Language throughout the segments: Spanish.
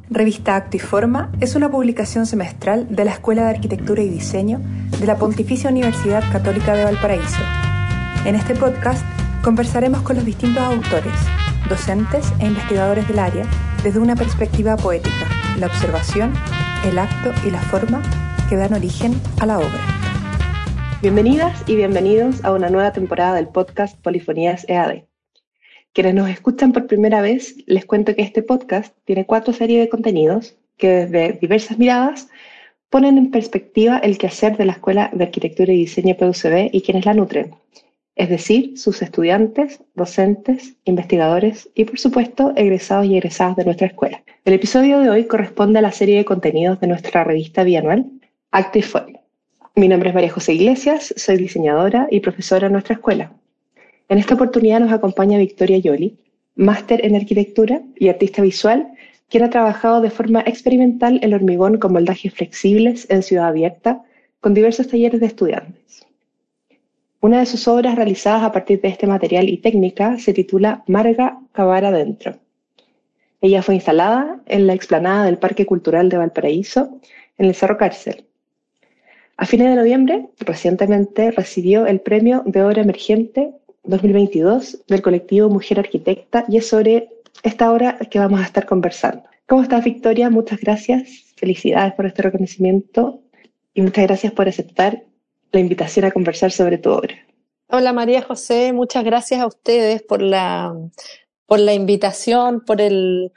Revista Acto y Forma es una publicación semestral de la Escuela de Arquitectura y Diseño de la Pontificia Universidad Católica de Valparaíso. En este podcast conversaremos con los distintos autores, docentes e investigadores del área desde una perspectiva poética, la observación, el acto y la forma que dan origen a la obra. Bienvenidas y bienvenidos a una nueva temporada del podcast Polifonías EAD. Quienes nos escuchan por primera vez, les cuento que este podcast tiene 4 series de contenidos que desde diversas miradas ponen en perspectiva el quehacer de la Escuela de Arquitectura y Diseño PUCB y quienes la nutren, es decir, sus estudiantes, docentes, investigadores y, por supuesto, egresados y egresadas de nuestra escuela. El episodio de hoy corresponde a la serie de contenidos de nuestra revista bianual, Acto y Forma. Mi nombre es María José Iglesias, soy diseñadora y profesora en nuestra escuela. En esta oportunidad nos acompaña Victoria Yoli, máster en arquitectura y artista visual, quien ha trabajado de forma experimental el hormigón con moldajes flexibles en Ciudad Abierta, con diversos talleres de estudiantes. Una de sus obras realizadas a partir de este material y técnica se titula Marga cavar adentro. Ella fue instalada en la explanada del Parque Cultural de Valparaíso, en el Cerro Cárcel. A fines de noviembre, recientemente recibió el Premio de Obra Emergente 2022 del colectivo Mujer Arquitecta y es sobre esta obra que vamos a estar conversando. ¿Cómo estás, Victoria? Muchas gracias. Felicidades por este reconocimiento y muchas gracias por aceptar la invitación a conversar sobre tu obra. Hola María José, muchas gracias a ustedes por la invitación, por el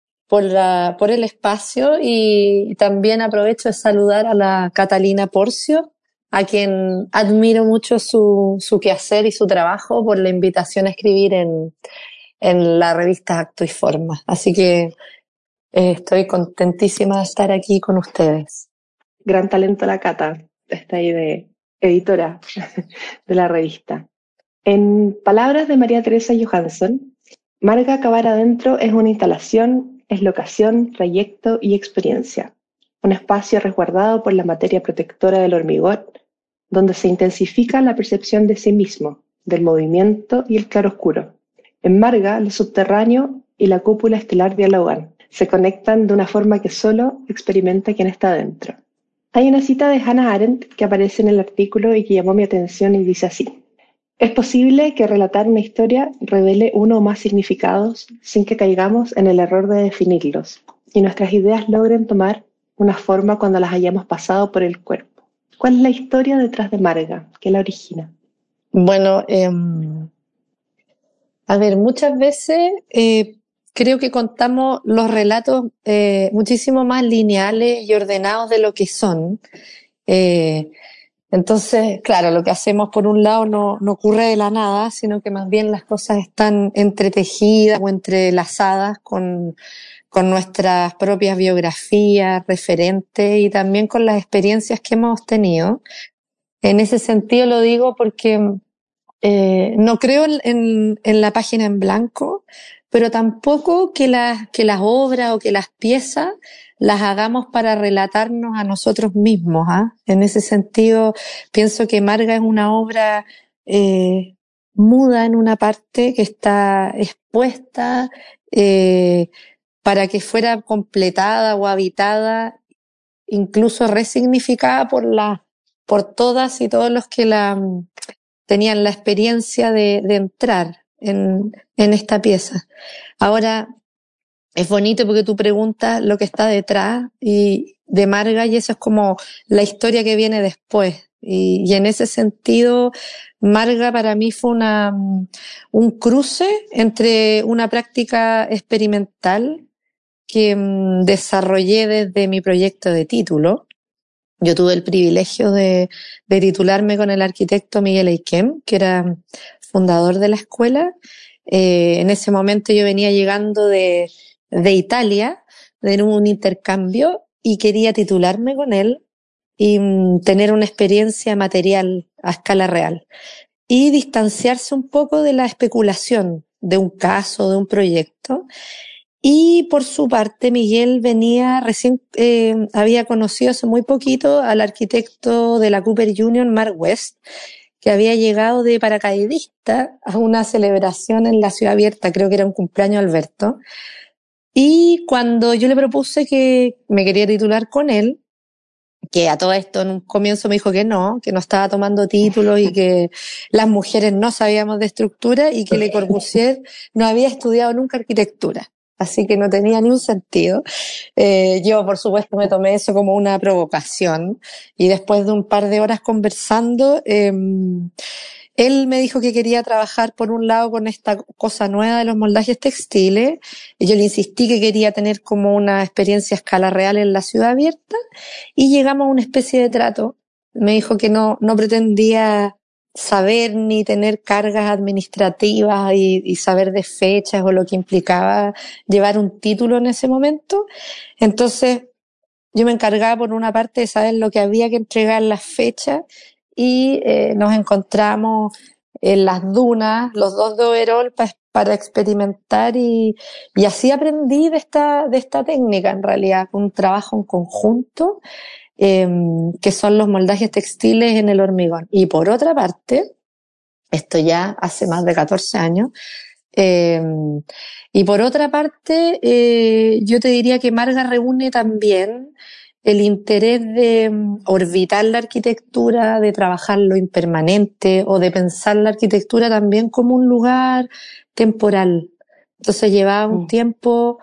espacio y también aprovecho de saludar a la Catalina Porcio, a quien admiro mucho su quehacer y su trabajo, por la invitación a escribir en la revista Acto y Forma. Así que estoy contentísima de estar aquí con ustedes. Gran talento la Cata, está ahí de editora de la revista. En palabras de María Teresa Johansson, Marga cavar adentro es una instalación, es locación, trayecto y experiencia. Un espacio resguardado por la materia protectora del hormigón, donde se intensifica la percepción de sí mismo, del movimiento y el claroscuro. En Marga, lo subterráneo y la cúpula estelar dialogan, se conectan de una forma que solo experimenta quien está dentro. Hay una cita de Hannah Arendt que aparece en el artículo y que llamó mi atención y dice así: es posible que relatar una historia revele uno o más significados sin que caigamos en el error de definirlos, y nuestras ideas logren tomar una forma cuando las hayamos pasado por el cuerpo. ¿Cuál es la historia detrás de Marga? ¿Qué la origina? Bueno, muchas veces creo que contamos los relatos muchísimo más lineales y ordenados de lo que son. Entonces, claro, lo que hacemos por un lado no ocurre de la nada, sino que más bien las cosas están entretejidas o entrelazadas con nuestras propias biografías, referentes y también con las experiencias que hemos tenido. En ese sentido lo digo porque no creo en la página en blanco, pero tampoco que las obras o que las piezas las hagamos para relatarnos a nosotros mismos. En ese sentido, pienso que Marga es una obra muda en una parte que está expuesta para que fuera completada o habitada, incluso resignificada por todas y todos los que tenían la experiencia de entrar en esta pieza. Ahora, es bonito porque tú preguntas lo que está detrás y de Marga, y eso es como la historia que viene después. Y en ese sentido, Marga para mí fue un cruce entre una práctica experimental que desarrollé desde mi proyecto de título. Yo tuve el privilegio de titularme con el arquitecto Miguel Eiquem, que era fundador de la escuela. En ese momento yo venía llegando de Italia, de un intercambio, y quería titularme con él y tener una experiencia material a escala real y distanciarse un poco de la especulación de un caso, de un proyecto. Y por su parte, Miguel había conocido hace muy poquito al arquitecto de la Cooper Union, Mark West, que había llegado de paracaidista a una celebración en la Ciudad Abierta, creo que era un cumpleaños de Alberto, y Y cuando yo le propuse que me quería titular con él, que a todo esto en un comienzo me dijo que no estaba tomando títulos y que las mujeres no sabíamos de estructura y que Le Corbusier no había estudiado nunca arquitectura. Así que no tenía ni un sentido. Yo, por supuesto, me tomé eso como una provocación y después de un par de horas conversando, él me dijo que quería trabajar por un lado con esta cosa nueva de los moldajes textiles y yo le insistí que quería tener como una experiencia a escala real en la ciudad abierta y llegamos a una especie de trato. Me dijo que no pretendía saber ni tener cargas administrativas y saber de fechas o lo que implicaba llevar un título en ese momento. Entonces yo me encargaba por una parte de saber lo que había que entregar, las fechas, y nos encontramos en las dunas, los dos de overol, para experimentar y así aprendí de esta técnica, en realidad, un trabajo en conjunto, que son los moldajes textiles en el hormigón. Y por otra parte, esto ya hace más de 14 años, y por otra parte, yo te diría que Marga reúne también el interés de orbitar la arquitectura, de trabajar lo impermanente o de pensar la arquitectura también como un lugar temporal. Entonces llevaba un tiempo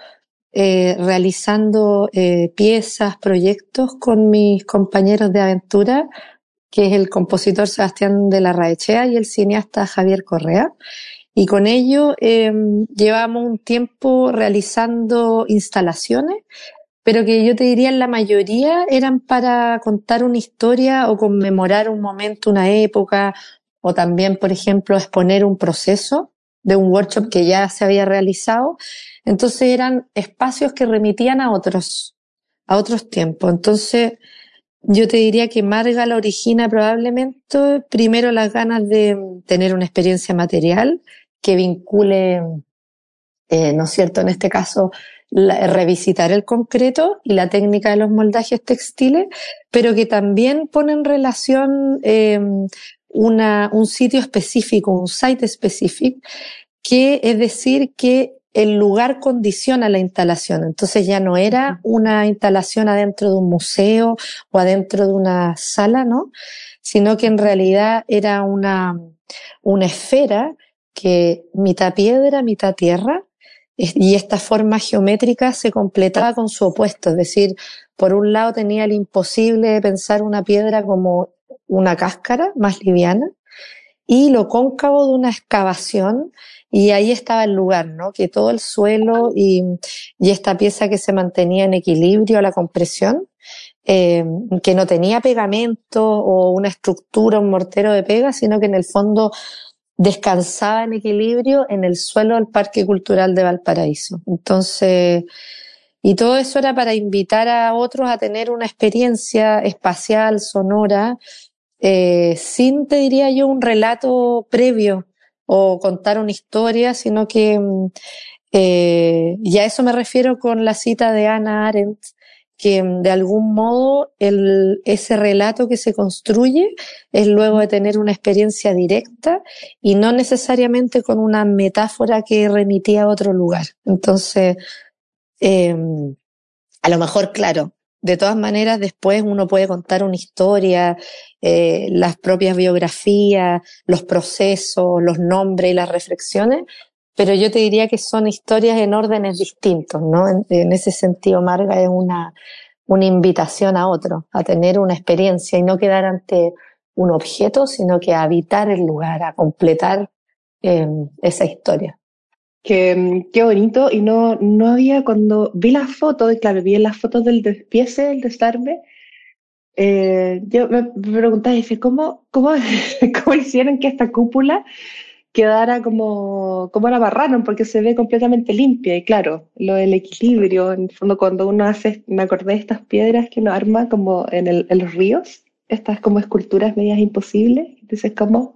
realizando piezas, proyectos con mis compañeros de aventura, que es el compositor Sebastián de Larraechea y el cineasta Javier Correa. Y con ello llevamos un tiempo realizando instalaciones, pero que yo te diría en la mayoría eran para contar una historia o conmemorar un momento, una época, o también, por ejemplo, exponer un proceso de un workshop que ya se había realizado. Entonces eran espacios que remitían a otros tiempos. Entonces yo te diría que Marga la origina probablemente primero las ganas de tener una experiencia material que vincule, ¿no es cierto?, en este caso, revisitar el concreto y la técnica de los moldajes textiles, pero que también pone en relación un sitio específico, un site específico, que es decir que el lugar condiciona la instalación. Entonces ya no era una instalación adentro de un museo o adentro de una sala, ¿no?, sino que en realidad era una esfera que mitad piedra, mitad tierra, y esta forma geométrica se completaba con su opuesto, es decir, por un lado tenía el imposible de pensar una piedra como una cáscara más liviana y lo cóncavo de una excavación, y ahí estaba el lugar, ¿no?, que todo el suelo y esta pieza que se mantenía en equilibrio a la compresión, que no tenía pegamento o una estructura, un mortero de pega, sino que en el fondo descansaba en equilibrio en el suelo del Parque Cultural de Valparaíso. Entonces, y todo eso era para invitar a otros a tener una experiencia espacial, sonora, sin, te diría yo, un relato previo o contar una historia, sino que, y a eso me refiero con la cita de Hannah Arendt, que de algún modo ese relato que se construye es luego de tener una experiencia directa y no necesariamente con una metáfora que remitía a otro lugar. Entonces, a lo mejor, claro, de todas maneras después uno puede contar una historia, las propias biografías, los procesos, los nombres y las reflexiones, pero yo te diría que son historias en órdenes distintos, ¿no? En ese sentido, Marga es una invitación a otro, a tener una experiencia y no quedar ante un objeto, sino que a habitar el lugar, a completar esa historia. Qué bonito. Y no había, cuando vi las fotos, y claro, vi las fotos del despiece, del desarme, yo me preguntaba, dije, ¿cómo hicieron que esta cúpula quedara cómo la barraron? Porque se ve completamente limpia. Y claro, lo del equilibrio, en el fondo, cuando uno hace, me acordé de estas piedras que uno arma como en los ríos, estas como esculturas medias imposibles. Entonces,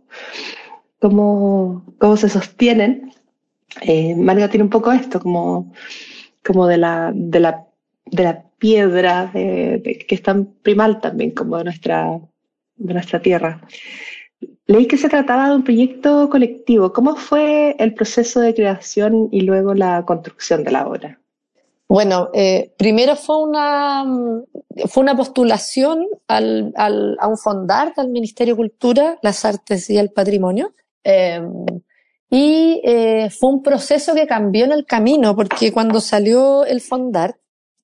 cómo se sostienen. Marga tiene un poco esto, como de la piedra, que es tan primal también, como de nuestra tierra. Leí que se trataba de un proyecto colectivo. ¿Cómo fue el proceso de creación y luego la construcción de la obra? Bueno, primero fue una postulación a un fondart, al Ministerio de Cultura, las Artes y el Patrimonio. Fue un proceso que cambió en el camino, porque cuando salió el fondart,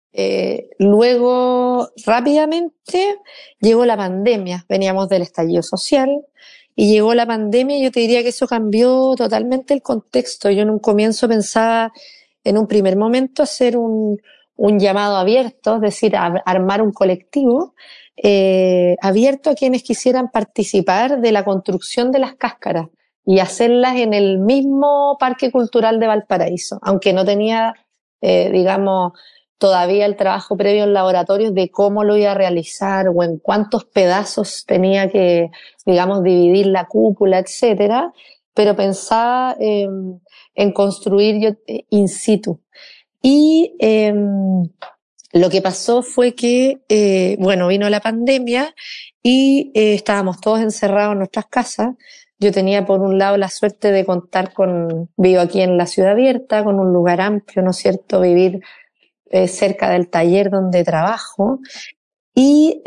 luego rápidamente llegó la pandemia. Veníamos del estallido social y llegó la pandemia, y yo te diría que eso cambió totalmente el contexto. Yo en un comienzo pensaba, en un primer momento, hacer un llamado abierto, es decir, armar un colectivo abierto a quienes quisieran participar de la construcción de las cáscaras y hacerlas en el mismo Parque Cultural de Valparaíso, aunque no tenía, digamos, todavía el trabajo previo en laboratorios de cómo lo iba a realizar o en cuántos pedazos tenía que, digamos, dividir la cúpula, etcétera, pero pensaba en construir yo in situ. Y lo que pasó fue que, vino la pandemia y estábamos todos encerrados en nuestras casas. Yo tenía por un lado la suerte de contar vivo aquí en la Ciudad Abierta, con un lugar amplio, ¿no es cierto?, vivir cerca del taller donde trabajo. Y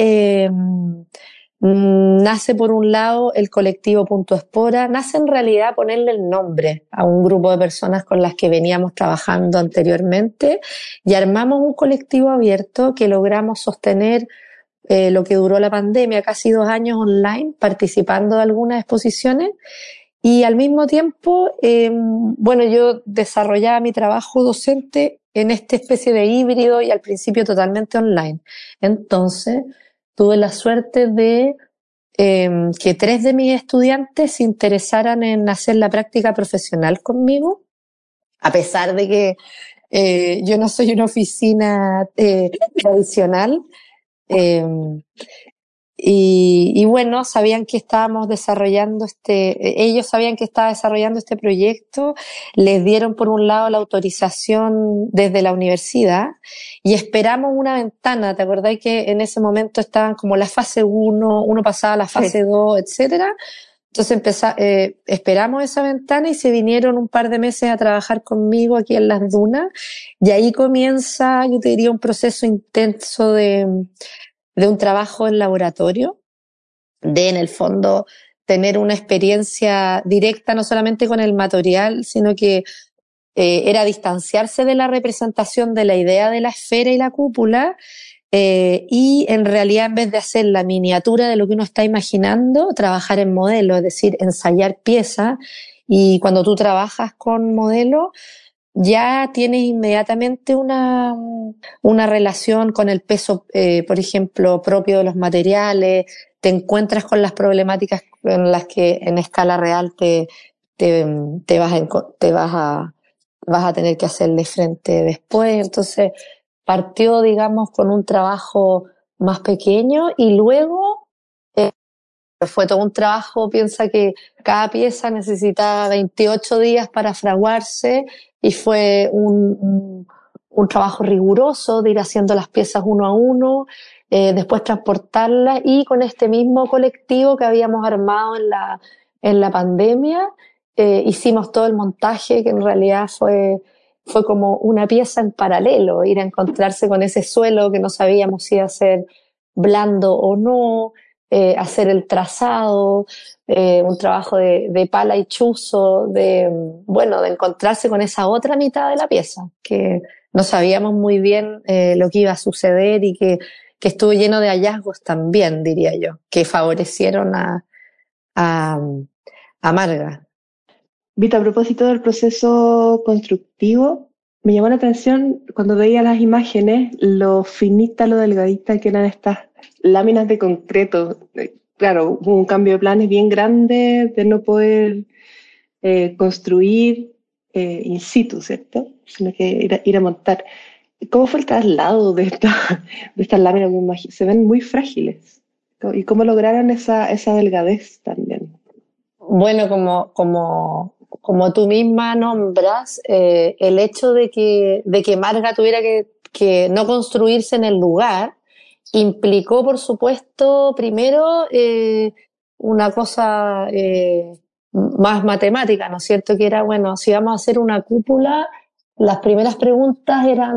nace por un lado el colectivo Punto Espora. Nace en realidad ponerle el nombre a un grupo de personas con las que veníamos trabajando anteriormente, y armamos un colectivo abierto que logramos sostener lo que duró la pandemia, casi 2 años online, participando de algunas exposiciones. Y al mismo tiempo, yo desarrollaba mi trabajo docente en esta especie de híbrido y al principio totalmente online. Entonces, tuve la suerte de que 3 de mis estudiantes se interesaran en hacer la práctica profesional conmigo, a pesar de que yo no soy una oficina tradicional. Sabían que estábamos desarrollando ellos sabían que estaba desarrollando este proyecto, les dieron por un lado la autorización desde la universidad y esperamos una ventana. ¿Te acordás que en ese momento estaban como la fase 1, uno pasaba a la fase 2, etcétera? Entonces esperamos esa ventana y se vinieron un par de meses a trabajar conmigo aquí en Las Dunas, y ahí comienza, yo te diría, un proceso intenso de un trabajo en laboratorio, de en el fondo tener una experiencia directa no solamente con el material, sino que era distanciarse de la representación de la idea de la esfera y la cúpula, y en realidad, en vez de hacer la miniatura de lo que uno está imaginando, trabajar en modelo, es decir, ensayar piezas. Y cuando tú trabajas con modelo, ya tienes inmediatamente una relación con el peso, por ejemplo, propio de los materiales. Te encuentras con las problemáticas en las que en escala real vas a tener que hacerle frente después. Entonces, partió, digamos, con un trabajo más pequeño y luego fue todo un trabajo. Piensa que cada pieza necesitaba 28 días para fraguarse, y fue un trabajo riguroso de ir haciendo las piezas uno a uno, después transportarlas, y con este mismo colectivo que habíamos armado en la pandemia, hicimos todo el montaje, que en realidad fue como una pieza en paralelo, ir a encontrarse con ese suelo que no sabíamos si iba a ser blando o no, hacer el trazado, un trabajo de pala y chuzo, de encontrarse con esa otra mitad de la pieza, que no sabíamos muy bien lo que iba a suceder, y que estuvo lleno de hallazgos también, diría yo, que favorecieron a Marga. Vita, a propósito del proceso constructivo, me llamó la atención cuando veía las imágenes, lo finita, lo delgadita que eran estas láminas de concreto. Claro, hubo un cambio de planes bien grande de no poder construir in situ, ¿cierto? Sino que ir a montar. ¿Cómo fue el traslado de estas láminas? Se ven muy frágiles. ¿Y cómo lograron esa delgadez también? Bueno, como tú misma nombras, el hecho de que Marga tuviera que no construirse en el lugar implicó, por supuesto, primero una cosa más matemática, ¿no es cierto? Que era, bueno, si vamos a hacer una cúpula, las primeras preguntas eran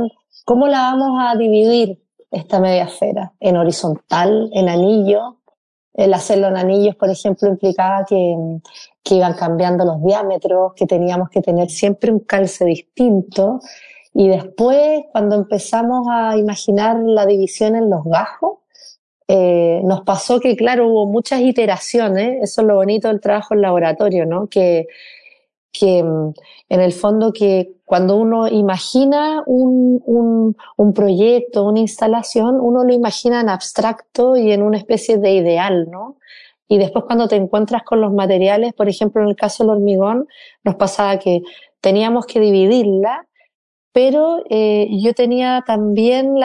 ¿cómo la vamos a dividir esta media esfera? ¿En horizontal, en anillo? El hacerlo en anillos, por ejemplo, implicaba que iban cambiando los diámetros, que teníamos que tener siempre un calce distinto. Y después, cuando empezamos a imaginar la división en los gajos, nos pasó que, claro, hubo muchas iteraciones. Eso es lo bonito del trabajo en laboratorio, ¿no? Que en el fondo, que cuando uno imagina un proyecto, una instalación, uno lo imagina en abstracto y en una especie de ideal, ¿no? Y después, cuando te encuentras con los materiales, por ejemplo, en el caso del hormigón, nos pasaba que teníamos que dividirla, pero yo tenía también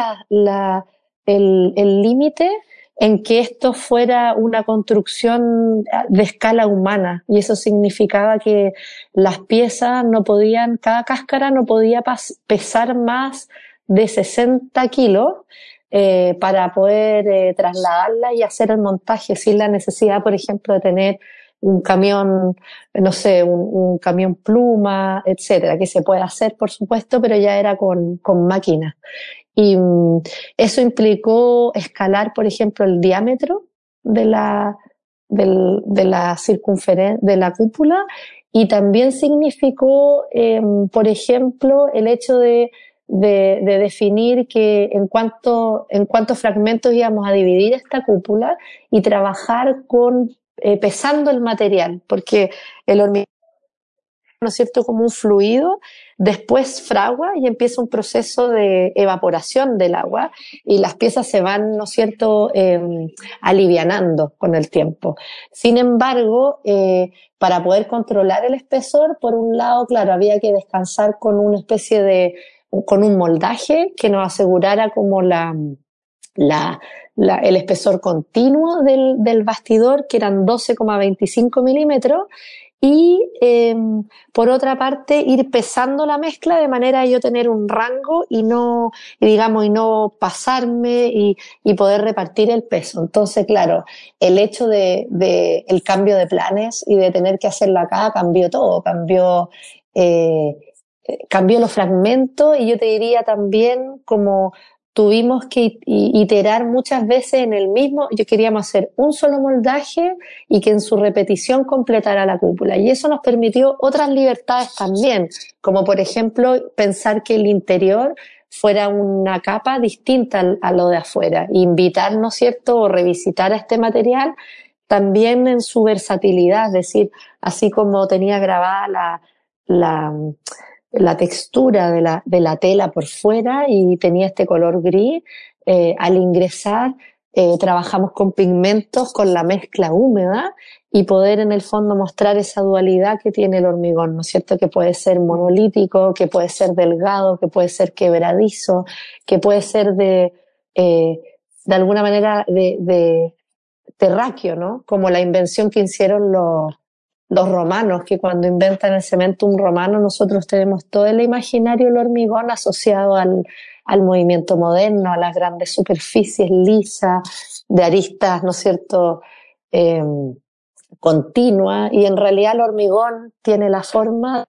el límite en que esto fuera una construcción de escala humana, y eso significaba que las piezas no podían, cada cáscara no podía pesar más de 60 kilos para poder trasladarla y hacer el montaje sin la necesidad, por ejemplo, de tener un camión, no sé, un camión pluma, etcétera, que se puede hacer, por supuesto, pero ya era con máquinas. Y eso implicó escalar, por ejemplo, el diámetro de la circunferencia, de la cúpula, y también significó, por ejemplo, el hecho de definir que en cuántos fragmentos íbamos a dividir esta cúpula y trabajar pesando el material, porque el hormigón, ¿no es cierto?, como un fluido, después fragua y empieza un proceso de evaporación del agua y las piezas se van, ¿no es cierto?, alivianando con el tiempo. Sin embargo, para poder controlar el espesor, por un lado, claro, había que descansar con una especie con un moldaje que nos asegurara como el espesor continuo del bastidor, que eran 12,25 milímetros, y por otra parte ir pesando la mezcla de manera a yo tener un rango y no pasarme y poder repartir el peso. Entonces, claro, el hecho de el cambio de planes y de tener que hacerlo acá cambió todo, cambió los fragmentos, y yo te diría también como tuvimos que iterar muchas veces en el mismo. Yo queríamos hacer un solo moldaje y que en su repetición completara la cúpula, y eso nos permitió otras libertades también, como por ejemplo pensar que el interior fuera una capa distinta a lo de afuera, invitar, ¿no es cierto?, o revisitar a este material también en su versatilidad, es decir, así como tenía grabada la textura de la tela por fuera y tenía este color gris, al ingresar trabajamos con pigmentos, con la mezcla húmeda, y poder en el fondo mostrar esa dualidad que tiene el hormigón, ¿no es cierto?, que puede ser monolítico, que puede ser delgado, que puede ser quebradizo, que puede ser de alguna manera de terráqueo, ¿no?, como la invención que hicieron los romanos, que cuando inventan el cementum romano, nosotros tenemos todo el imaginario del hormigón asociado al movimiento moderno, a las grandes superficies lisas, de aristas, ¿no es cierto?, continua, y en realidad el hormigón tiene la forma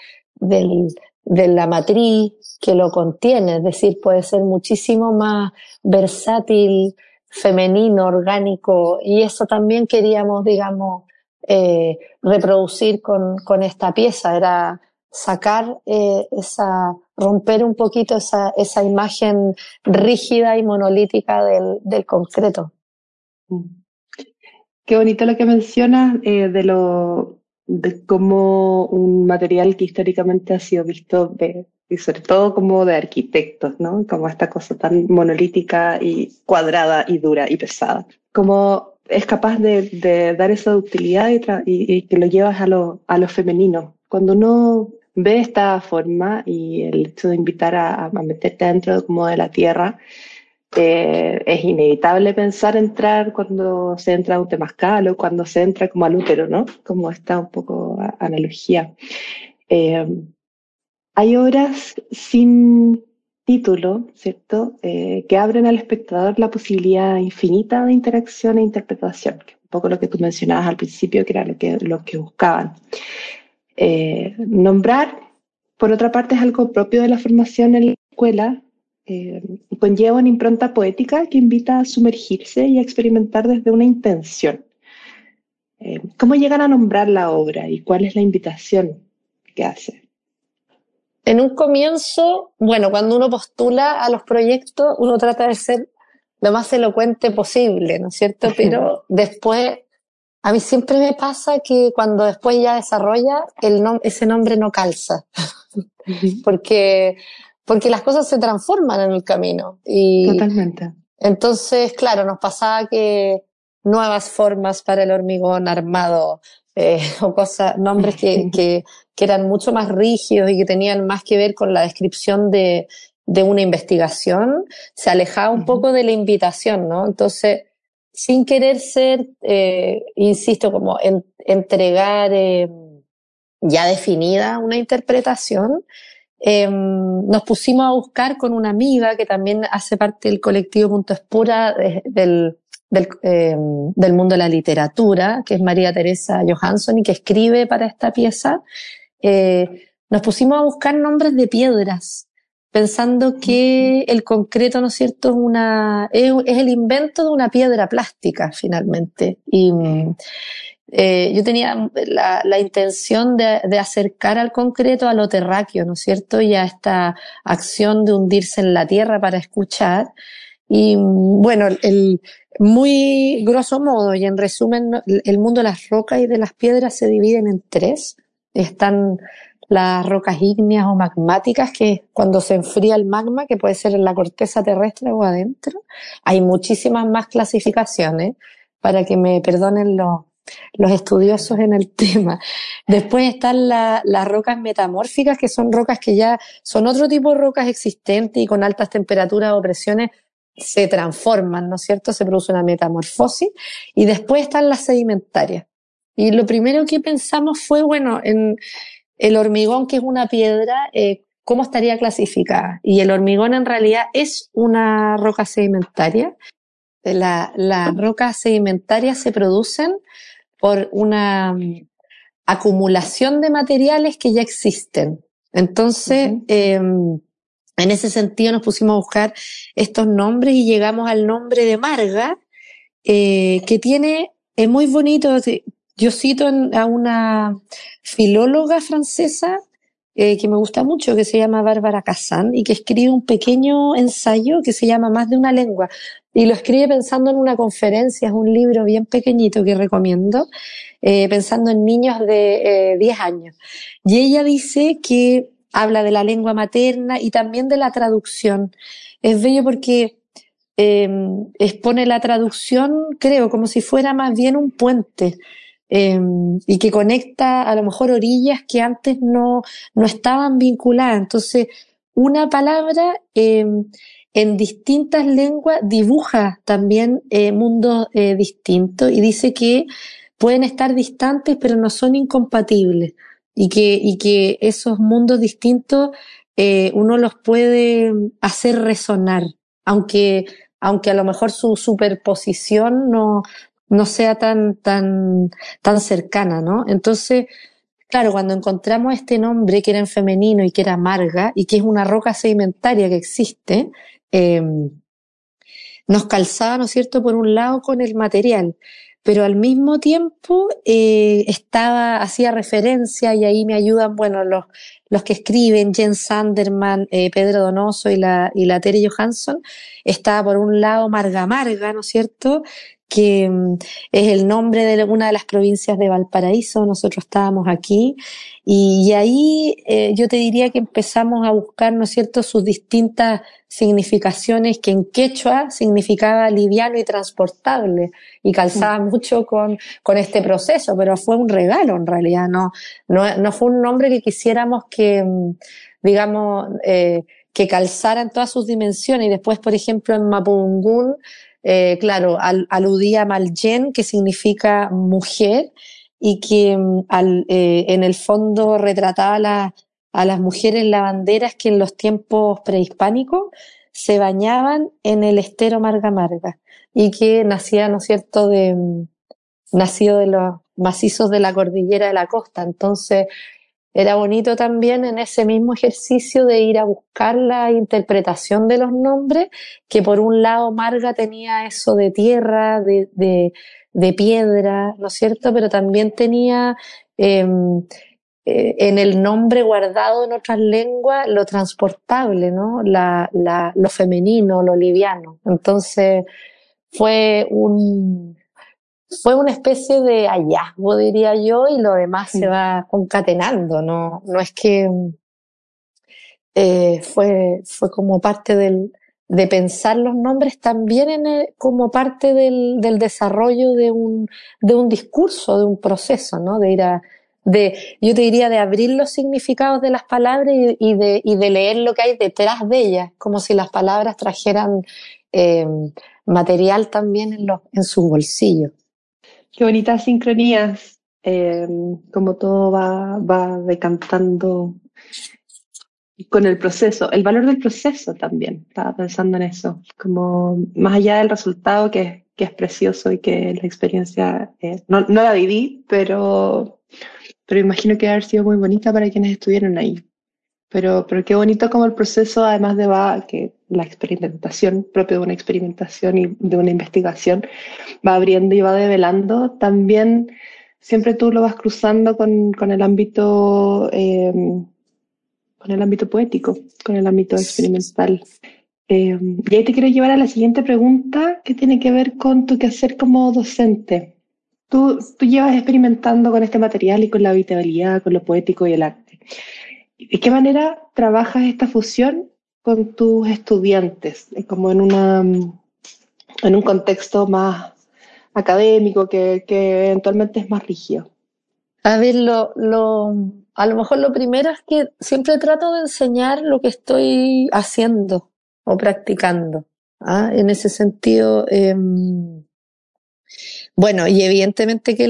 de la matriz que lo contiene, es decir, puede ser muchísimo más versátil, femenino, orgánico, y eso también queríamos, digamos, reproducir con esta pieza, era sacar romper un poquito esa imagen rígida y monolítica del concreto. Qué bonito lo que mencionas de cómo un material que históricamente ha sido visto y sobre todo como de arquitectos, ¿no? Como esta cosa tan monolítica y cuadrada y dura y pesada. Como es capaz de dar esa ductilidad y que lo llevas a lo femenino. Cuando uno ve esta forma y el hecho de invitar a meterte dentro como de la tierra, es inevitable pensar entrar cuando se entra a un temazcal o cuando se entra como al útero, ¿no? Como esta un poco analogía. Hay obras sin título, ¿cierto?, que abren al espectador la posibilidad infinita de interacción e interpretación, que es un poco lo que tú mencionabas al principio, que era lo que buscaban. Nombrar, por otra parte, es algo propio de la formación en la escuela, conlleva una impronta poética que invita a sumergirse y a experimentar desde una intención. ¿Cómo llegan a nombrar la obra y cuál es la invitación que hace? En un comienzo, bueno, cuando uno postula a los proyectos, uno trata de ser lo más elocuente posible, ¿no es cierto? Pero después, a mí siempre me pasa que cuando después ya desarrolla, ese nombre no calza, porque las cosas se transforman en el camino. Y Totalmente. entonces, claro, nos pasaba que nuevas formas para el hormigón armado, o nombres que eran mucho más rígidos y que tenían más que ver con la descripción de una investigación, se alejaba un poco de la invitación, ¿no? Entonces, sin querer ser, insisto, como entregar ya definida una interpretación, nos pusimos a buscar con una amiga que también hace parte del colectivo Punto Espura del mundo de la literatura, que es María Teresa Johansson y que escribe para esta pieza. Nos pusimos a buscar nombres de piedras, pensando que el concreto, ¿no es cierto?, es el invento de una piedra plástica, finalmente. Y yo tenía la intención de acercar al concreto a lo terráqueo, ¿no es cierto?, y a esta acción de hundirse en la tierra para escuchar. Y bueno, muy grosso modo y en resumen, el mundo de las rocas y de las piedras se dividen en tres. Están las rocas ígneas o magmáticas, que es cuando se enfría el magma, que puede ser en la corteza terrestre o adentro. Hay muchísimas más clasificaciones, para que me perdonen los estudiosos en el tema. Después están las rocas metamórficas, que son rocas que ya son otro tipo de rocas existentes y con altas temperaturas o presiones se transforman, ¿no es cierto? Se produce una metamorfosis. Y después están las sedimentarias. Y lo primero que pensamos fue, bueno, en el hormigón, que es una piedra, ¿cómo estaría clasificada? Y el hormigón en realidad es una roca sedimentaria. Las rocas sedimentarias se producen por una acumulación de materiales que ya existen. Entonces, en ese sentido nos pusimos a buscar estos nombres y llegamos al nombre de Marga, que es muy bonito. Yo cito a una filóloga francesa que me gusta mucho, que se llama Bárbara Kazan, y que escribe un pequeño ensayo que se llama Más de una lengua, y lo escribe pensando en una conferencia. Es un libro bien pequeñito que recomiendo, pensando en niños de 10 años. Y ella dice que habla de la lengua materna y también de la traducción. Es bello porque expone la traducción, creo, como si fuera más bien un puente, y que conecta a lo mejor orillas que antes no estaban vinculadas. Entonces, una palabra en distintas lenguas dibuja también mundos distintos, y dice que pueden estar distantes pero no son incompatibles, y que esos mundos distintos uno los puede hacer resonar, aunque a lo mejor su superposición no sea tan cercana, ¿no? Entonces, claro, cuando encontramos este nombre que era en femenino y que era Marga, y que es una roca sedimentaria que existe, nos calzaba, ¿no es cierto?, por un lado con el material, pero al mismo tiempo hacía referencia, y ahí me ayudan, bueno, los que escriben, Jens Sanderman, Pedro Donoso y la Tere Johansson. Estaba por un lado Marga, ¿no es cierto?, que es el nombre de una de las provincias de Valparaíso. Nosotros estábamos aquí, y ahí yo te diría que empezamos a buscar, ¿no es cierto?, sus distintas significaciones, que en quechua significaba liviano y transportable, y calzaba mucho con este proceso, pero fue un regalo en realidad, no fue un nombre que quisiéramos que, digamos, que calzara en todas sus dimensiones. Y después, por ejemplo, en Mapudungún, claro, aludía a Malyen, que significa mujer, y que en el fondo retrataba a las mujeres lavanderas que en los tiempos prehispánicos se bañaban en el estero Marga Marga, y que nacía, ¿no es cierto?, nacido de los macizos de la cordillera de la costa. Entonces, era bonito también en ese mismo ejercicio de ir a buscar la interpretación de los nombres, que por un lado Marga tenía eso de tierra, de piedra, ¿no es cierto? Pero también tenía en el nombre guardado en otras lenguas lo transportable, ¿no? Lo femenino, lo liviano. Entonces fue fue una especie de hallazgo, diría yo, y lo demás se va concatenando, ¿no? No es que fue como parte de pensar los nombres también como parte del desarrollo de un discurso, de un proceso, ¿no? Yo te diría de abrir los significados de las palabras y de leer lo que hay detrás de ellas, como si las palabras trajeran material también en sus bolsillos. Qué bonitas sincronías, como todo va decantando con el proceso, el valor del proceso también, estaba pensando en eso, como más allá del resultado que es precioso y que la experiencia, no la viví, pero imagino que debe haber sido muy bonita para quienes estuvieron ahí. Pero qué bonito como el proceso, además que la experimentación, propio de una experimentación y de una investigación, va abriendo y va develando, también siempre tú lo vas cruzando con el ámbito poético, con el ámbito experimental. Y ahí te quiero llevar a la siguiente pregunta, que tiene que ver con tu quehacer como docente. Tú llevas experimentando con este material y con la habitabilidad, con lo poético y el arte. ¿De qué manera trabajas esta fusión con tus estudiantes? Como en un contexto más académico que eventualmente es más rígido. A ver, a lo mejor lo primero es que siempre trato de enseñar lo que estoy haciendo o practicando. ¿Ah? En ese sentido, bueno, y evidentemente que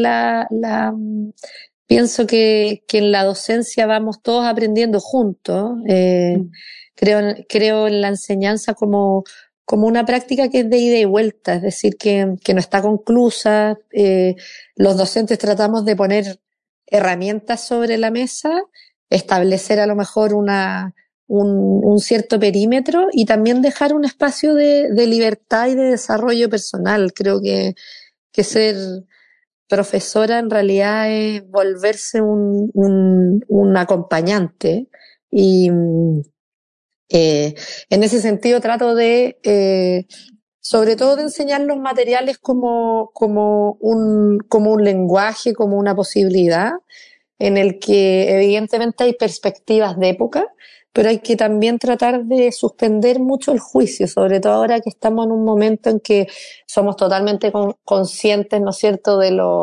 pienso que en la docencia vamos todos aprendiendo juntos. Creo en la enseñanza como una práctica que es de ida y vuelta, es decir, que no está conclusa. Los docentes tratamos de poner herramientas sobre la mesa, establecer a lo mejor un cierto perímetro y también dejar un espacio de libertad y de desarrollo personal. Creo que ser profesora en realidad es volverse un acompañante y en ese sentido trato sobre todo de enseñar los materiales como un lenguaje, como una posibilidad en el que evidentemente hay perspectivas de época, pero hay que también tratar de suspender mucho el juicio, sobre todo ahora que estamos en un momento en que somos totalmente conscientes, ¿no es cierto?,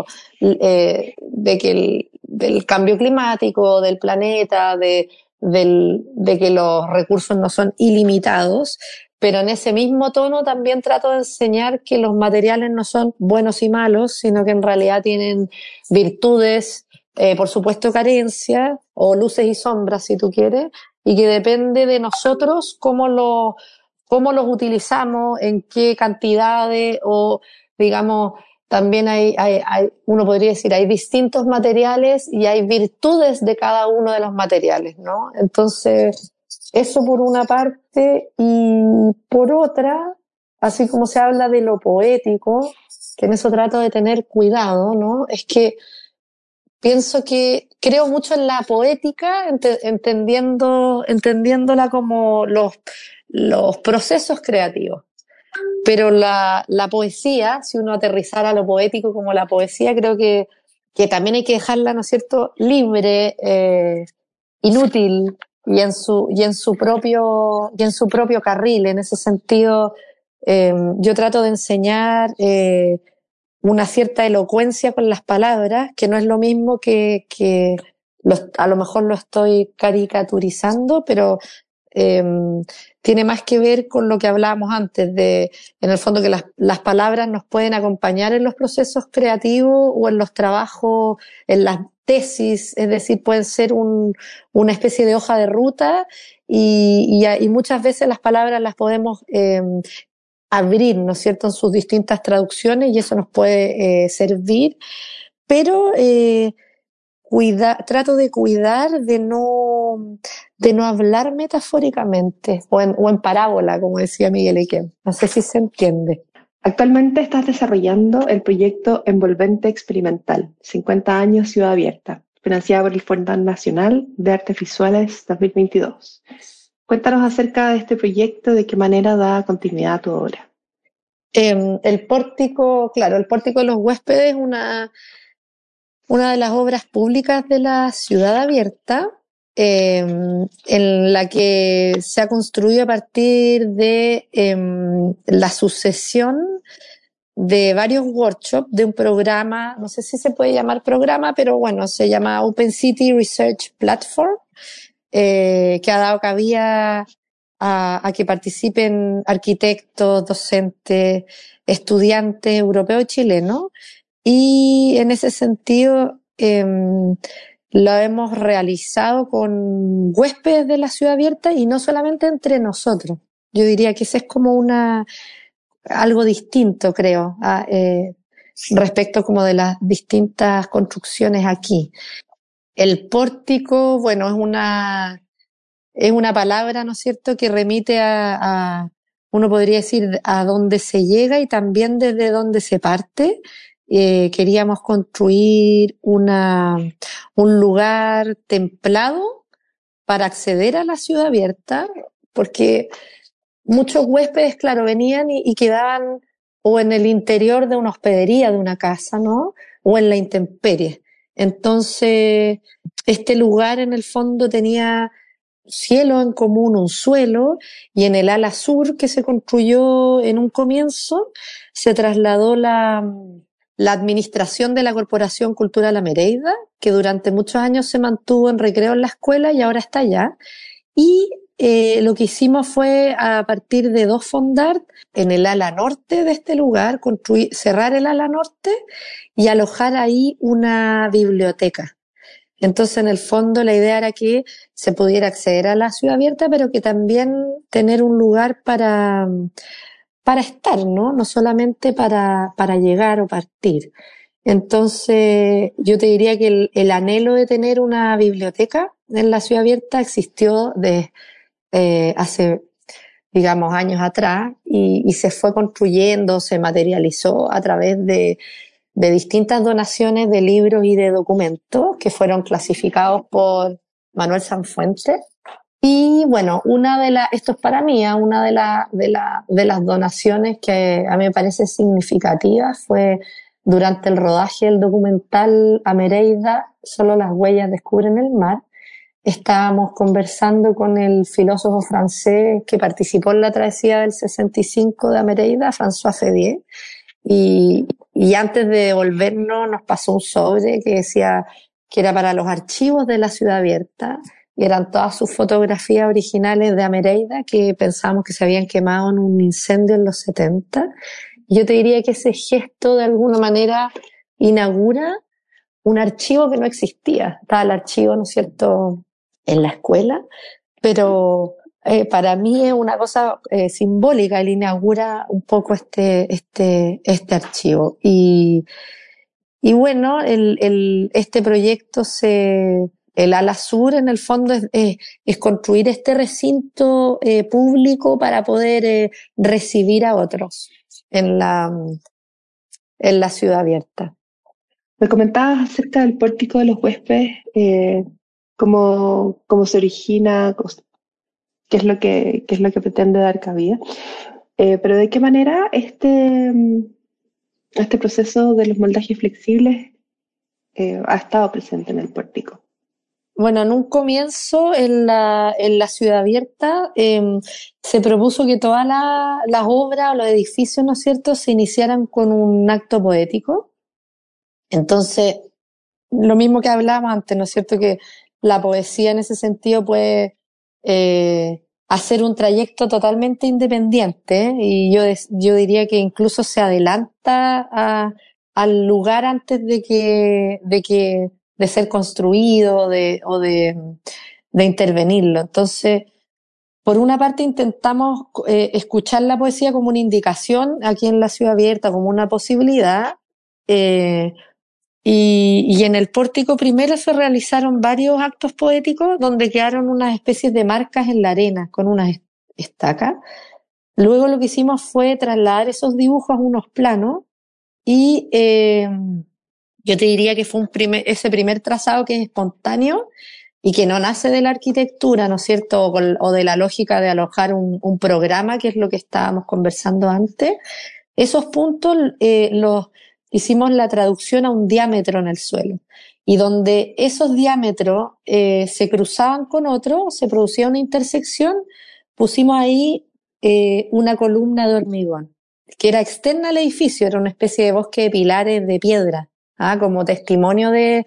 del cambio climático, del planeta, de que los recursos no son ilimitados, pero en ese mismo tono también trato de enseñar que los materiales no son buenos y malos, sino que en realidad tienen virtudes, por supuesto carencias, o luces y sombras si tú quieres, y que depende de nosotros cómo los utilizamos, en qué cantidades, o digamos, también uno podría decir, hay distintos materiales y hay virtudes de cada uno de los materiales, ¿no? Entonces, eso por una parte, y por otra, así como se habla de lo poético, que en eso trato de tener cuidado, ¿no? Es que pienso que creo mucho en la poética, entendiéndola como los procesos creativos. Pero la poesía, si uno aterrizara lo poético como la poesía, creo que también hay que dejarla, ¿no es cierto?, libre, inútil, y en su propio carril. En ese sentido, yo trato de enseñar una cierta elocuencia con las palabras, que no es lo mismo que a lo mejor lo estoy caricaturizando, pero tiene más que ver con lo que hablábamos antes, en el fondo que las palabras nos pueden acompañar en los procesos creativos o en los trabajos, en las tesis, es decir, pueden ser una especie de hoja de ruta y muchas veces las palabras las podemos abrir, ¿no es cierto?, en sus distintas traducciones, y eso nos puede servir, pero trato de cuidar de no hablar metafóricamente o en parábola, como decía Miguel Ekem. No sé si se entiende. Actualmente estás desarrollando el proyecto Envolvente Experimental, 50 años Ciudad Abierta, financiado por el Fondo Nacional de Artes Visuales 2022. Cuéntanos acerca de este proyecto, de qué manera da continuidad a tu obra. El pórtico de los huéspedes es una de las obras públicas de la Ciudad Abierta, en la que se ha construido a partir de la sucesión de varios workshops de un programa, no sé si se puede llamar programa, pero bueno, se llama Open City Research Platform, que ha dado cabida a que participen arquitectos, docentes, estudiantes europeos y chilenos. Y en ese sentido lo hemos realizado con huéspedes de la Ciudad Abierta y no solamente entre nosotros. Yo diría que ese es como algo distinto, creo, respecto como de las distintas construcciones aquí. El pórtico, bueno, es una palabra, ¿no es cierto?, que remite uno podría decir, a dónde se llega y también desde dónde se parte. Queríamos construir un lugar templado para acceder a la Ciudad Abierta, porque muchos huéspedes, claro, venían y quedaban o en el interior de una hospedería de una casa, ¿no? O en la intemperie. Entonces, este lugar en el fondo tenía cielo en común, un suelo, y en el ala sur que se construyó en un comienzo, se trasladó la administración de la Corporación Cultural Amereida, que durante muchos años se mantuvo en recreo en la escuela y ahora está allá. Y lo que hicimos fue, a partir de 2 fondart, en el ala norte de este lugar, cerrar el ala norte y alojar ahí una biblioteca. Entonces, en el fondo, la idea era que se pudiera acceder a la Ciudad Abierta, pero que también tener un lugar para estar, ¿no? No solamente para llegar o partir. Entonces, yo te diría que el anhelo de tener una biblioteca en la Ciudad Abierta existió hace, digamos, años atrás y se fue construyendo, se materializó a través de distintas donaciones de libros y de documentos que fueron clasificados por Manuel Sanfuentes. Y bueno, esto es para mí, una de las donaciones que a mí me parece significativa fue durante el rodaje del documental Amereida, solo las huellas descubren el mar. Estábamos conversando con el filósofo francés que participó en la travesía del 65 de Amereida, François Fédier, y antes de devolvernos nos pasó un sobre que decía que era para los archivos de la Ciudad Abierta y eran todas sus fotografías originales de Amereida que pensábamos que se habían quemado en un incendio en los 70. Y yo te diría que ese gesto de alguna manera inaugura un archivo que no existía. Estaba el archivo, ¿no es cierto?, en la escuela, pero para mí es una cosa simbólica. Él inaugura un poco este archivo. Y bueno, este proyecto el ala sur en el fondo es construir este recinto público para poder recibir a otros en la Ciudad Abierta. Me comentabas acerca del pórtico de los huéspedes, cómo se origina, qué es lo que pretende dar cabida. Pero ¿de qué manera este proceso de los moldajes flexibles ha estado presente en el pórtico? Bueno, en un comienzo en la Ciudad Abierta se propuso que todas las obras o los edificios, ¿no es cierto?, se iniciaran con un acto poético. Entonces, lo mismo que hablábamos antes, ¿no es cierto?, que la poesía en ese sentido puede hacer un trayecto totalmente independiente, y yo diría que incluso se adelanta al lugar antes de ser construido o de intervenirlo. Entonces, por una parte intentamos escuchar la poesía como una indicación aquí en la Ciudad Abierta, como una posibilidad, Y en el pórtico primero se realizaron varios actos poéticos donde quedaron unas especies de marcas en la arena con unas estacas. Luego lo que hicimos fue trasladar esos dibujos a unos planos y yo te diría que fue ese primer trazado que es espontáneo y que no nace de la arquitectura, ¿no es cierto? O de la lógica de alojar un programa, que es lo que estábamos conversando antes. Esos puntos los hicimos la traducción a un diámetro en el suelo. Y donde esos diámetros se cruzaban con otros, se producía una intersección, pusimos ahí una columna de hormigón, que era externa al edificio, era una especie de bosque de pilares de piedra, como testimonio de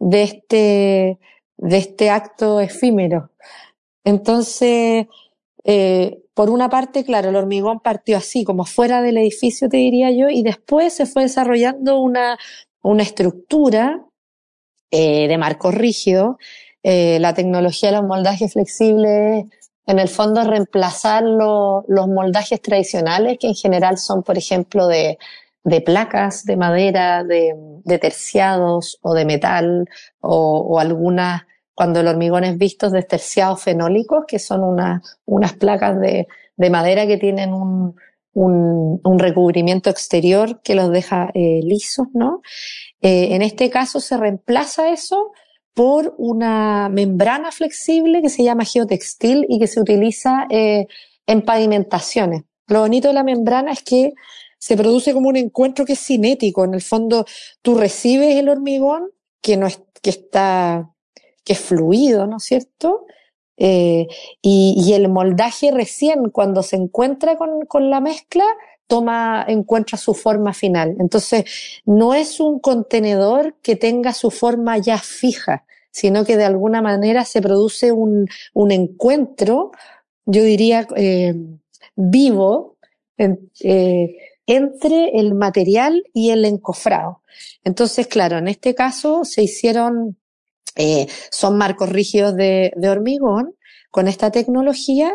este acto efímero. Entonces, por una parte, claro, el hormigón partió así, como fuera del edificio, te diría yo, y después se fue desarrollando una estructura de marco rígido. La tecnología de los moldajes flexibles, en el fondo, es reemplazar los moldajes tradicionales, que en general son, por ejemplo, de placas de madera, de terciados o de metal, o algunas, cuando el hormigón es visto, de terciados fenólicos, que son unas placas de madera que tienen un recubrimiento exterior que los deja lisos, ¿no? En este caso se reemplaza eso por una membrana flexible que se llama geotextil y que se utiliza en pavimentaciones. Lo bonito de la membrana es que se produce como un encuentro que es cinético. En el fondo, tú recibes el hormigón, que es fluido, ¿no es cierto? Y el moldaje recién, cuando se encuentra con la mezcla, encuentra su forma final. Entonces, no es un contenedor que tenga su forma ya fija, sino que de alguna manera se produce un encuentro, yo diría, vivo, entre el material y el encofrado. Entonces, claro, en este caso se hicieron, son marcos rígidos de hormigón con esta tecnología.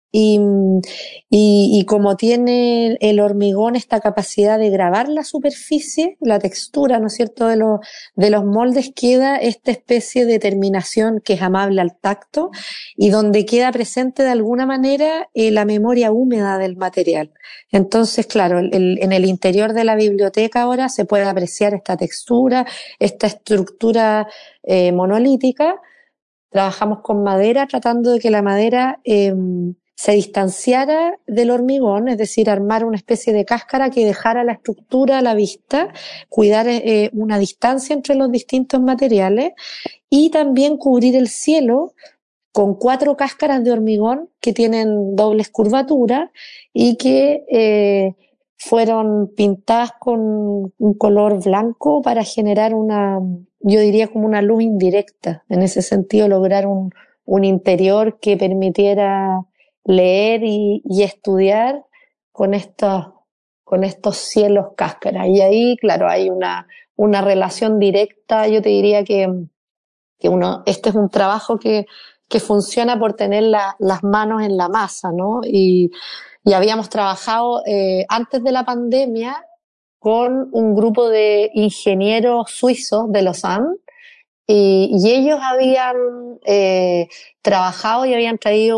Y como tiene el hormigón esta capacidad de grabar la superficie, la textura, ¿no es cierto?, de los moldes, queda esta especie de terminación que es amable al tacto y donde queda presente de alguna manera la memoria húmeda del material. Entonces, claro, en el interior de la biblioteca ahora se puede apreciar esta textura, esta estructura monolítica. Trabajamos con madera, tratando de que la madera se distanciara del hormigón, es decir, armar una especie de cáscara que dejara la estructura a la vista, cuidar una distancia entre los distintos materiales y también cubrir el cielo con 4 cáscaras de hormigón que tienen dobles curvaturas y que fueron pintadas con un color blanco para generar yo diría como una luz indirecta. En ese sentido, lograr un interior que permitiera leer y estudiar con estos cielos cáscaras. Y ahí, claro, hay una relación directa. Yo te diría que este es un trabajo que funciona por tener las manos en la masa, ¿no? Y habíamos trabajado antes de la pandemia con un grupo de ingenieros suizos de Lausanne, y ellos habían trabajado y habían traído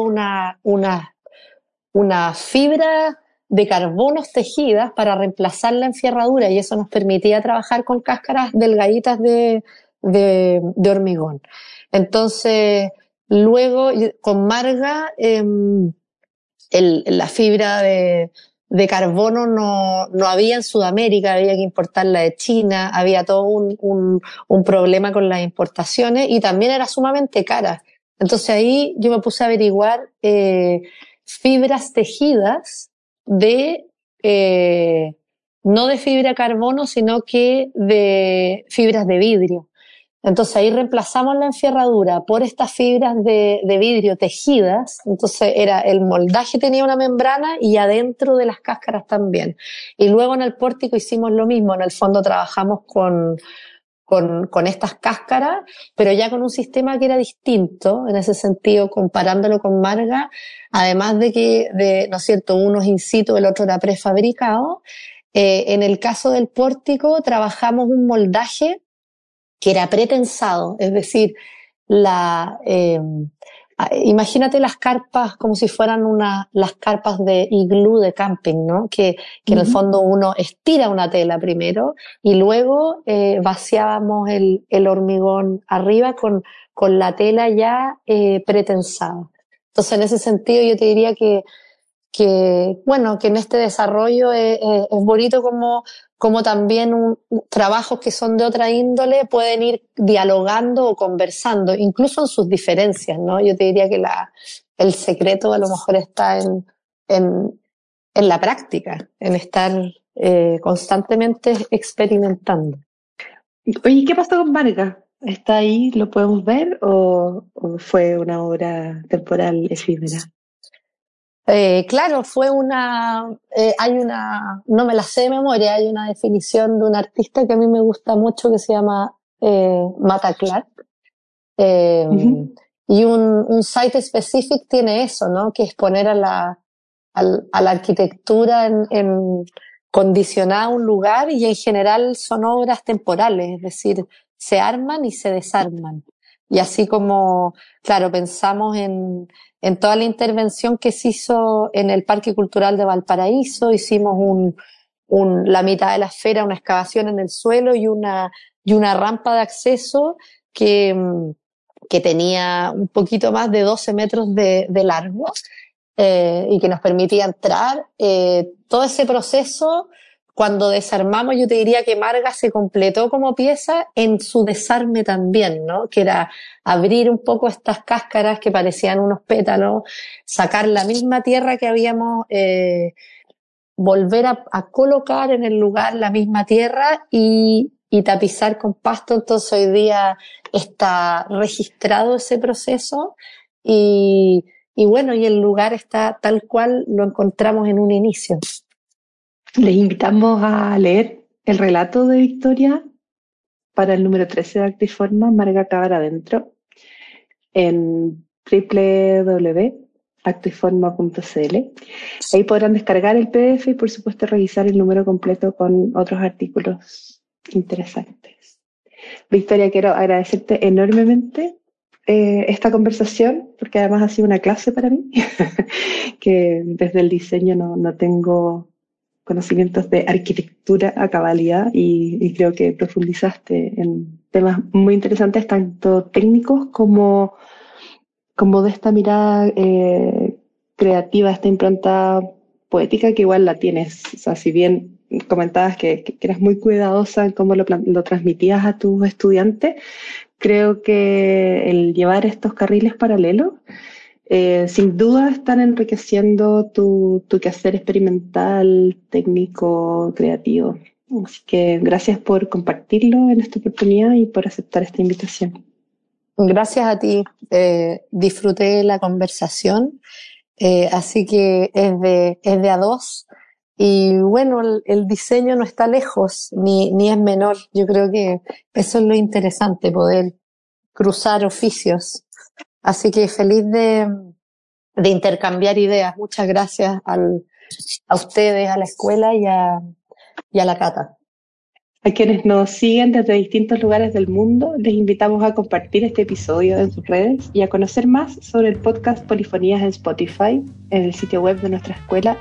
una fibra de carbonos tejidas para reemplazar la enferradura, y eso nos permitía trabajar con cáscaras delgaditas de hormigón. Entonces, luego con Marga, la fibra de carbono no había en Sudamérica, había que importarla de China, había todo un problema con las importaciones y también era sumamente cara. Entonces ahí yo me puse a averiguar fibras tejidas no de fibra de carbono, sino que de fibras de vidrio. Entonces ahí reemplazamos la enferradura por estas fibras de vidrio tejidas. Entonces el moldaje tenía una membrana y adentro de las cáscaras también. Y luego en el pórtico hicimos lo mismo. En el fondo trabajamos con estas cáscaras, pero ya con un sistema que era distinto, en ese sentido, comparándolo con Marga, además ¿no es cierto?, uno es in situ, el otro era prefabricado. En el caso del pórtico trabajamos un moldaje que era pretensado, es decir, imagínate las carpas como si fueran las carpas de iglú de camping, ¿no? Que en el fondo uno estira una tela primero y luego vaciábamos el hormigón arriba con la tela ya pretensada. Entonces, en ese sentido, yo te diría que en este desarrollo es bonito como también trabajos que son de otra índole pueden ir dialogando o conversando, incluso en sus diferencias, ¿no? Yo te diría que el secreto a lo mejor está en la práctica, en estar constantemente experimentando. Oye, ¿qué pasó con Vargas? ¿Está ahí? ¿Lo podemos ver o fue una obra temporal efímera? Claro, no me la sé de memoria, hay una definición de un artista que a mí me gusta mucho que se llama Mata Clark. Y un site specific tiene eso, ¿no? Que es poner a la arquitectura condicionada a un lugar, y en general son obras temporales, es decir, se arman y se desarman. Y así como, claro, pensamos en toda la intervención que se hizo en el Parque Cultural de Valparaíso, hicimos la mitad de la esfera, una excavación en el suelo y una rampa de acceso que tenía un poquito más de 12 metros de largo y que nos permitía entrar. Todo ese proceso, cuando desarmamos, yo te diría que Marga se completó como pieza en su desarme también, ¿no? Que era abrir un poco estas cáscaras que parecían unos pétalos, sacar la misma tierra que habíamos, volver a colocar en el lugar la misma tierra y tapizar con pasto. Entonces hoy día está registrado ese proceso y el lugar está tal cual lo encontramos en un inicio. Les invitamos a leer el relato de Victoria para el número 13 de Actiforma, Marga Cabra Adentro, en www.actiforma.cl. Ahí podrán descargar el PDF y, por supuesto, revisar el número completo con otros artículos interesantes. Victoria, quiero agradecerte enormemente esta conversación, porque además ha sido una clase para mí, que desde el diseño no tengo conocimientos de arquitectura a cabalidad y creo que profundizaste en temas muy interesantes, tanto técnicos como de esta mirada creativa, esta impronta poética que igual la tienes. O sea, si bien comentabas que eras muy cuidadosa en cómo lo transmitías a tus estudiantes, creo que el llevar estos carriles paralelos sin duda están enriqueciendo tu quehacer experimental, técnico, creativo. Así que gracias por compartirlo en esta oportunidad y por aceptar esta invitación. Gracias a ti. Disfruté la conversación, así que es de a dos. Y bueno, el diseño no está lejos, ni es menor. Yo creo que eso es lo interesante, poder cruzar oficios. Así que feliz de intercambiar ideas. Muchas gracias a ustedes, a la escuela y a la Cata. A quienes nos siguen desde distintos lugares del mundo, les invitamos a compartir este episodio en sus redes y a conocer más sobre el podcast Polifonías en Spotify, en el sitio web de nuestra escuela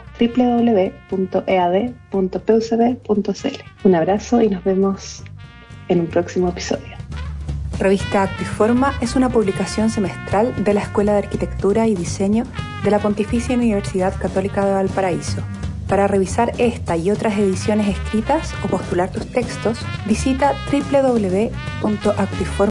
www.ead.pucb.cl. Un abrazo y nos vemos en un próximo episodio. Revista Actiforma es una publicación semestral de la Escuela de Arquitectura y Diseño de la Pontificia Universidad Católica de Valparaíso. Para revisar esta y otras ediciones escritas o postular tus textos, visita www.actiforma.cl.